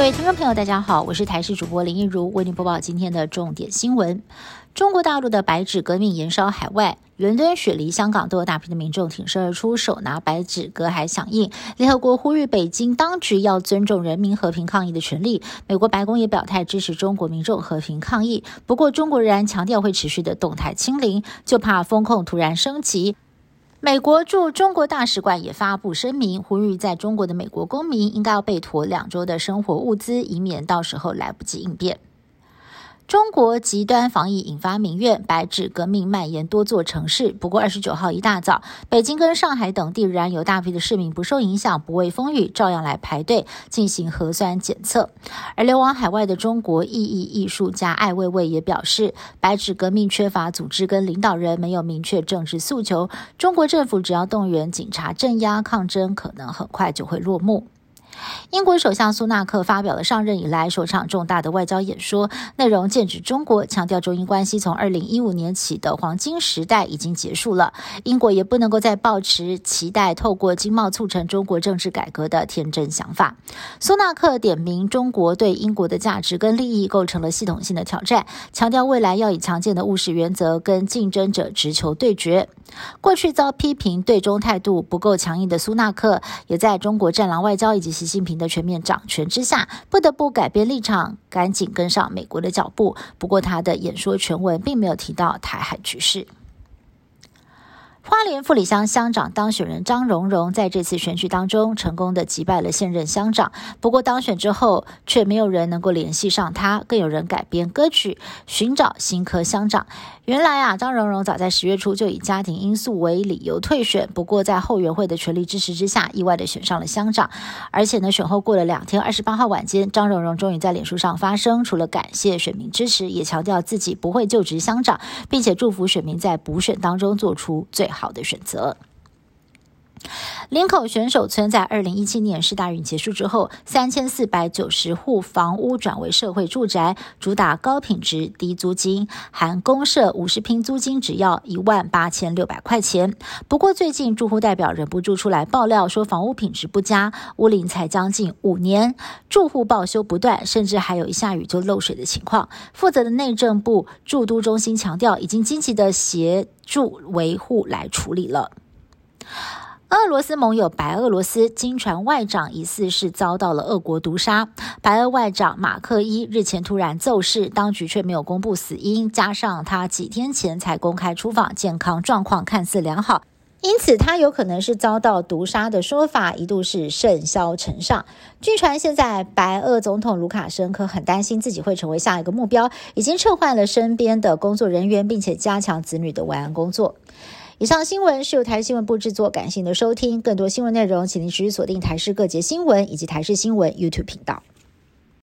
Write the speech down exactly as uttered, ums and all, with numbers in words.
位听众朋友大家好，我是台视主播林一如，为您播报今天的重点新闻。中国大陆的白纸革命延烧海外，伦敦、雪梨、香港都有大批的民众挺身而出，手拿白纸隔海响应。联合国呼吁北京当局要尊重人民和平抗议的权利。美国白宫也表态支持中国民众和平抗议，不过中国仍然强调会持续的动态清零，就怕风控突然升级。美国驻中国大使馆也发布声明，呼吁在中国的美国公民应该要备妥两周的生活物资，以免到时候来不及应变。中国极端防疫引发民怨，白纸革命蔓延多座城市。不过二十九号一大早，北京跟上海等地仍然有大批的市民不受影响，不畏风雨，照样来排队进行核酸检测。而流亡海外的中国艺艺艺术家艾未未也表示，白纸革命缺乏组织跟领导人，没有明确政治诉求。中国政府只要动员警察镇压抗争，可能很快就会落幕。英国首相苏纳克发表了上任以来首场重大的外交演说，内容剑指中国，强调中英关系从二零一五年起的黄金时代已经结束了，英国也不能够再抱持期待透过经贸促成中国政治改革的天真想法。苏纳克点名中国对英国的价值跟利益构成了系统性的挑战，强调未来要以强健的务实原则跟竞争者直球对决。过去遭批评对中态度不够强硬的苏纳克，也在中国战狼外交以及习近平的全面掌权之下，不得不改变立场，赶紧跟上美国的脚步。不过他的演说全文并没有提到台海局势。花莲富里乡乡长当选人张荣荣在这次选举当中成功的击败了现任乡长，不过当选之后却没有人能够联系上他，更有人改编歌曲寻找新科乡长。原来啊，张荣荣早在十月初就以家庭因素为理由退选，不过在后援会的全力支持之下，意外的选上了乡长。而且呢，选后过了两天，二十八号晚间，张荣荣终于在脸书上发声，除了感谢选民支持，也强调自己不会就职乡长，并且祝福选民在补选当中做出最好的选择。林口选手村在二零一七年世大运结束之后，三千四百九十户房屋转为社会住宅，主打高品质低租金，含公设五十坪租金只要一万八千六百块钱。不过最近住户代表忍不住出来爆料说，房屋品质不佳，屋龄才将近五年，住户报修不断，甚至还有一下雨就漏水的情况。负责的内政部住都中心强调，已经积极的协助维护来处理了。俄罗斯盟友白俄罗斯经传外长疑似是遭到了俄国毒杀，白俄外长马克伊日前突然奏事，当局却没有公布死因，加上他几天前才公开出访，健康状况看似良好，因此他有可能是遭到毒杀的说法一度是甚嚣尘上。据传现在白俄总统卢卡申科很担心自己会成为下一个目标，已经撤换了身边的工作人员，并且加强子女的维安工作。以上新闻是由台视新闻部制作，感谢您的收听。更多新闻内容请您持续锁定台视各节新闻以及台视新闻 YouTube 频道。